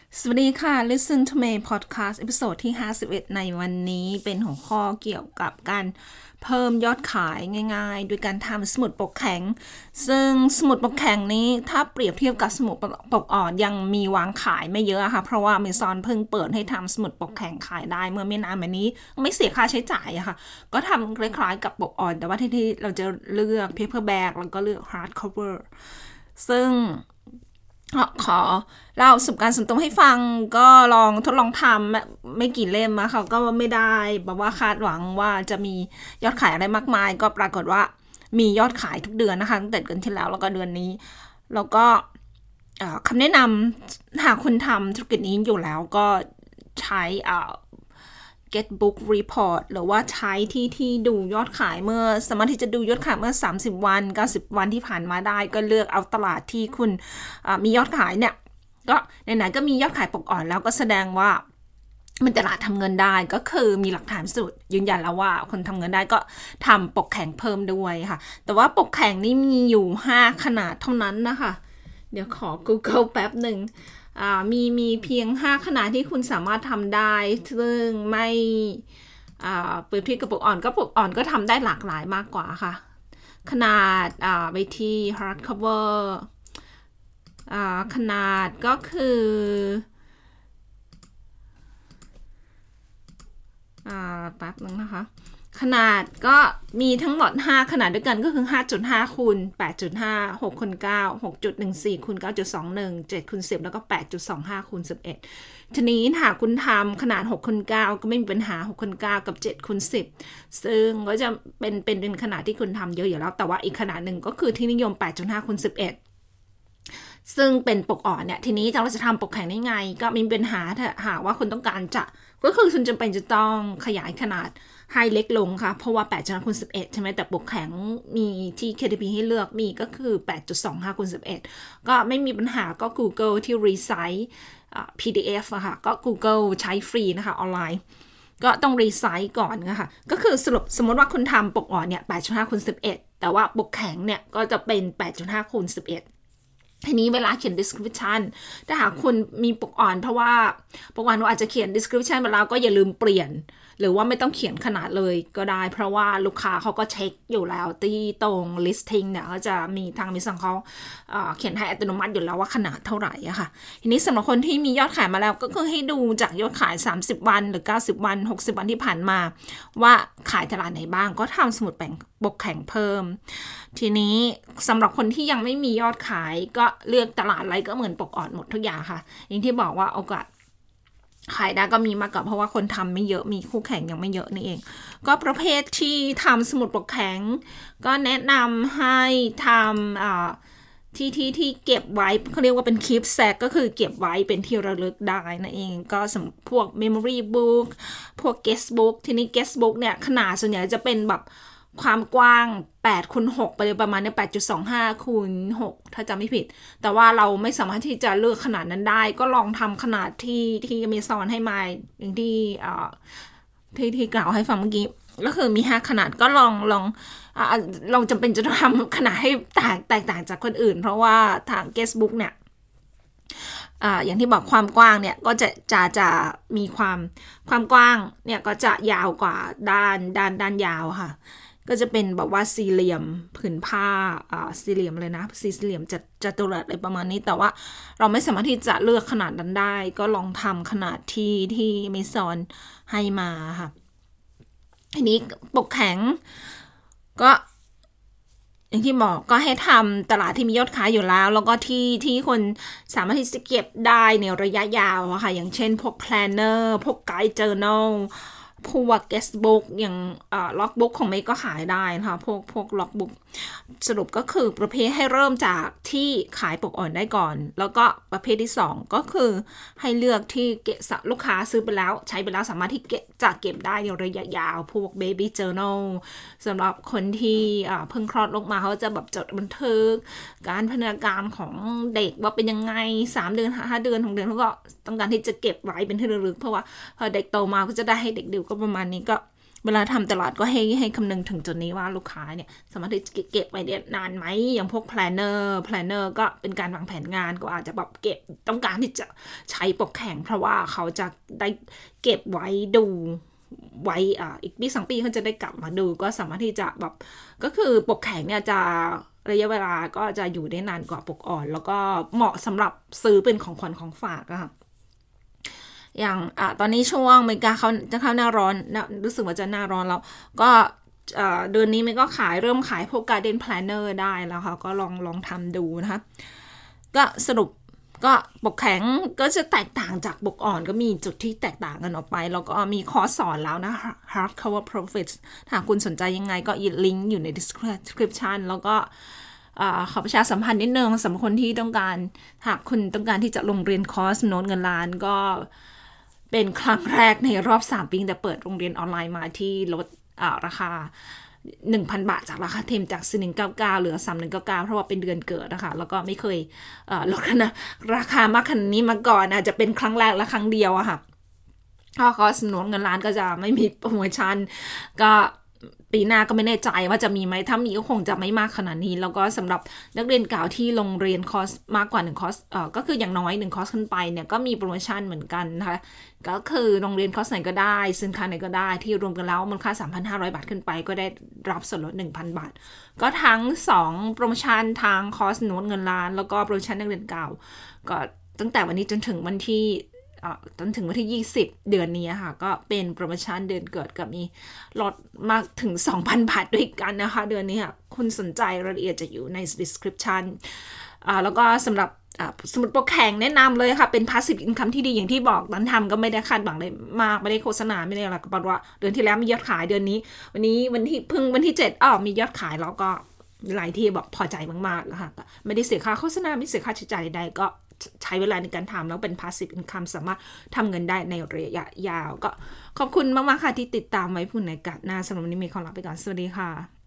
สวัสดีค่ะ Listen to Me Podcast เอพิโซดที่51ในวันนี้เป็นหัวข้อเกี่ยวกับการเพิ่มยอดขายง่ายๆโดยการทำสมุดปกแข็งซึ่งสมุดปกแข็งนี้ถ้าเปรียบเทียบกับสมุดปกอ่อนยังมีวางขายไม่เยอะค่ะเพราะว่า Amazon เพิ่งเปิดให้ทำสมุดปกแข็งขายได้เมื่อไม่นานมานี้ไม่เสียค่าใช้จ่ายอะค่ะก็ทำคล้ายๆกับปกอ่อนแต่ว่าที่เราจะเลือก paperback แล้วก็เลือก hardcover ซึ่งขอเล่าประสบการณ์ส่วนตัวให้ฟังก็ลองทดลองทำไม่กี่เล่มอะค่ะก็ไม่ได้แบบว่าคาดหวังว่าจะมียอดขายอะไรมากมายก็ปรากฏว่ามียอดขายทุกเดือนนะคะตั้งแต่เดือนที่แล้วแล้วก็เดือนนี้แล้วก็คำแนะนำหากคุณทำธุรกิจนี้อยู่แล้วก็ใช้Get Book Report หรือว่าใช้ที่ดูยอดขายเมื่อสามารถที่จะดูยอดขายเมื่อ30วัน90วันที่ผ่านมาได้ก็เลือกเอาตลาดที่คุณมียอดขายเนี่ยก็ไหนๆก็มียอดขายปกอ่อนแล้วก็แสดงว่ามันตลาดทำเงินได้ก็คือมีหลักฐานสุดยืนยันแล้วว่าคนทำเงินได้ก็ทำปกแข็งเพิ่มด้วยค่ะแต่ว่าปกแข็งนี่มีอยู่5ขนาดเท่านั้นนะคะเดี๋ยวขอ Google แป๊บหนึ่งมีเพียง5ขนาดที่คุณสามารถทำได้ซึ่งไม่เปรียบเทียบกับปกอ่อนก็ทำได้หลากหลายมากกว่าค่ะขนาดไปที่ hardcover ขนาดก็คือแป๊บนึงนะคะขนาดก็มีทั้งหมด5ขนาดด้วยกันก็คือ 5.5 คูณ 8.5 6คูณ9 6.14 คูณ 9.21 7คูณ10แล้วก็ 8.25 คูณ 11ทีนี้หากคุณทำขนาด6คูณ9ก็ไม่มีปัญหา6คูณ9กับ7คูณ10ซึ่งก็จะเป็นขนาดที่คุณทำเยอะอยู่แล้วแต่ว่าอีกขนาดหนึ่งก็คือที่นิยม 8.5 คูณ 11ซึ่งเป็นปกอ่อนเนี่ยทีนี้เราจะทำปกแข็งได้ไงก็มีปัญหาถ้าหากว่าคุณต้องการจะก็คือคุณจำเป็นจะต้องขยายขนาดให้เล็กลงค่ะเพราะว่า8.5 คูณ 11ใช่ไหมแต่ปกแข็งมีที่ KDP ให้เลือกมีก็คือ 8.25 คูณ 11ก็ไม่มีปัญหาก็ Google ที่ resize PDF อะค่ะก็ Google ใช้ฟรีนะคะออนไลน์ก็ต้องรีไซส์ก่อนนะคะก็คือสมมติว่าคุณทำปกอ่อนเนี่ย 8.5 คูณ 11แต่ว่าปกแข็งเนี่ยก็จะเป็น 8.5 คูณ 11ทีนี้เวลาเขียน description ถ้าหากคุณมีปกอ่อนเพราะว่าปกอ่อนเราอาจจะเขียน description ไปแล้วก็อย่าลืมเปลี่ยนหรือว่าไม่ต้องเขียนขนาดเลยก็ได้เพราะว่าลูกค้าเขาก็เช็คอยู่แล้วที่ตรง listing เนี่ยเขาจะมีทางAmazonเขาเขียนให้อัตโนมัติอยู่แล้วว่าขนาดเท่าไหร่อะค่ะทีนี้สำหรับคนที่มียอดขายมาแล้วก็คือให้ดูจากยอดขาย30วันหรือ90วัน60วันที่ผ่านมาว่าขายตลาดไหนบ้างก็ทำสมุดปกแข็งเพิ่มทีนี้สำหรับคนที่ยังไม่มียอดขายก็เลือกตลาดอะไรก็เหมือนปกอ่อนหมดทุกอย่างค่ะอย่างที่บอกว่าโอกาสขายได้ก็มีมากกว่าเพราะว่าคนทำไม่เยอะมีคู่แข่งยังไม่เยอะนี่เองก็ประเภทที่ทำสมุดปกแข็งก็แนะนำให้ทำที่เก็บไว้เขาเรียกว่าเป็น keep set ก็คือเก็บไว้เป็นที่ระลึกได้นั่นเองก็สำหรับพวก memory book พวก guest book ทีนี้ guest book เนี่ยขนาดส่วนใหญ่จะเป็นแบบความกว้าง8คูณ6ไปเลยประมาณเนี่ย 8.25 คูณ6ถ้าจำไม่ผิดแต่ว่าเราไม่สามารถที่จะเลือกขนาดนั้นได้ก็ลองทำขนาดที่Amazonให้มาอย่างที่กล่าวให้ฟังเมื่อกี้ก็คือมี5ขนาดก็ลองจำเป็นจะทำขนาดให้แตกต่างจากคนอื่นเพราะว่าทาง guest book เนี่ยอย่างที่บอกความกว้างเนี่ยก็จะมีความกว้างเนี่ยก็จะยาวกว่าด้านยาวค่ะก็จะเป็นแบบว่าสี่เหลี่ยมผืนผ้าสี่เหลี่ยมเลยนะสี่เหลี่ยมจัตุรัสอะไรประมาณนี้แต่ว่าเราไม่สามารถที่จะเลือกขนาดนั้นได้ก็ลองทำขนาดที่Amazonให้มาค่ะทีนี้ปกแข็งก็อย่างที่บอกก็ให้ทำตลาดที่มียอดขายอยู่แล้วแล้วก็ที่คนสามารถที่จะเก็บได้ในระยะยาวอะค่ะอย่างเช่นพวก planner พวก guide journal พวก guest book อย่างlogbook ของเมย์ก็ขายได้นะคะพวก logbook สรุปก็คือประเภทให้เริ่มจากที่ขายปกอ่อนได้ก่อนแล้วก็ประเภทที่2ก็คือให้เลือกที่ลูกค้าซื้อไปแล้วใช้ไปแล้วสามารถที่จะเก็บได้ในระยะยาวพวก baby journal สำหรับคนที่เพิ่งคลอดลูกมาเขาจะแบบจดบันทึกการพัฒนาการของเด็กว่าเป็นยังไง3เดือน5เดือน6เดือนเขาก็ต้องการที่จะเก็บไว้เป็นที่ระลึกเพราะว่าพอเด็กโตมาก็จะได้ให้เด็กดูก็ประมาณนี้ก็เวลาทำตลาดก็ให้คำนึงถึงจุดนี้ว่าลูกค้าเนี่ยสามารถที่จะเก็บไว้ได้นานไหมอย่างพวก planner ก็เป็นการวางแผนงานก็อาจจะแบบเก็บต้องการที่จะใช้ปกแข็งเพราะว่าเขาจะได้เก็บไว้ดูไว้อีกปี2 ปีเขาจะได้กลับมาดูก็สามารถที่จะแบบก็คือปกแข็งเนี่ยจะระยะเวลาก็จะอยู่ได้นานกว่าปกอ่อนแล้วก็เหมาะสำหรับซื้อเป็นของขวัญของฝากอะค่ะอย่างตอนนี้ช่วงอเมริกาเขาจะเข้าหน้าร้อนรู้สึกว่าจะหน้าร้อนแล้วก็เดือนนี้มันก็เริ่มขายพวก Garden Planner ได้แล้วค่ะก็ลองทำดูนะคะก็สรุปก็ปกแข็งก็จะแตกต่างจากปกอ่อนก็มีจุดที่แตกต่างกันออกไปแล้วก็มีคอร์สสอนแล้วนะ Hardcover Profits ถ้าคุณสนใจยังไงก็ลิงก์อยู่ใน description แล้วก็ขอประชาสัมพันธ์นิดนึงสำหรับคนที่ต้องการหากคุณต้องการที่จะลงเรียนคอร์สโน้ตเงินล้านก็เป็นครั้งแรกในรอบ3 ปีแต่เปิดโรงเรียนออนไลน์มาที่ลดราคา 1,000 บาทจากราคาเต็มจาก4,199เหลือ3,199เพราะว่าเป็นเดือนเกิดนะคะแล้วก็ไม่เคยลดนะราคามากขนาดนี้มาก่อนอาจจะเป็นครั้งแรกและครั้งเดียวอะค่ะคอร์สโน้ตเงินล้านก็จะไม่มีโปรโมชั่นก็ปีหน้าก็ไม่แน่ใจว่าจะมีไหมถ้ามีก็คงจะไม่มากขนาดนี้แล้วก็สำหรับนักเรียนเก่าที่ลงเรียนคอร์สมากกว่า1คอร์สก็คืออย่างน้อย1คอร์สขึ้นไปเนี่ยก็มีโปรโมชั่นเหมือนกันนะคะก็คือโรงเรียนคอร์สไหนก็ได้สินค้าไหนก็ได้ที่รวมกันแล้วมูลค่า 3,500 บาทขึ้นไปก็ได้รับส่วนลด 1,000 บาทก็ทั้ง2โปรโมชั่นทางคอร์สโน้ตเงินล้านแล้วก็โปรโมชั่นนักเรียนเก่าก็ตั้งแต่วันนี้จนถึงวันที่20เดือนนี้ค่ะก็เป็นโปรโมชั่นเดือนเกิดกับมีลดมากถึง 2,000 บาทด้วยกันนะคะเดือนนี้ค่ะคุณสนใจรายละเอียดจะอยู่ใน description แล้วก็สำหรับสมุดปกแข็งแนะนำเลยค่ะเป็น passive income ที่ดีอย่างที่บอกตอนทำก็ไม่ได้คาดหวังเลยมากไม่ได้โฆษณาไม่ได้อะไรก็บอกว่าเดือนที่แล้วมียอดขายเดือนนี้วันที่7มียอดขายแล้วก็หลายที่บอกพอใจมากๆนะคะไม่ได้เสียค่าโฆษณาไม่เสียค่าใช้จ่ายใดๆก็ใช้เวลาในการทำแล้วเป็น passive income สามารถทำเงินได้ในระยะยาวก็ขอบคุณมากๆค่ะที่ติดตามไว้พูดในกัดหน้าสำหรับวันนี้มีขอลาไปก่อนสวัสดีค่ะ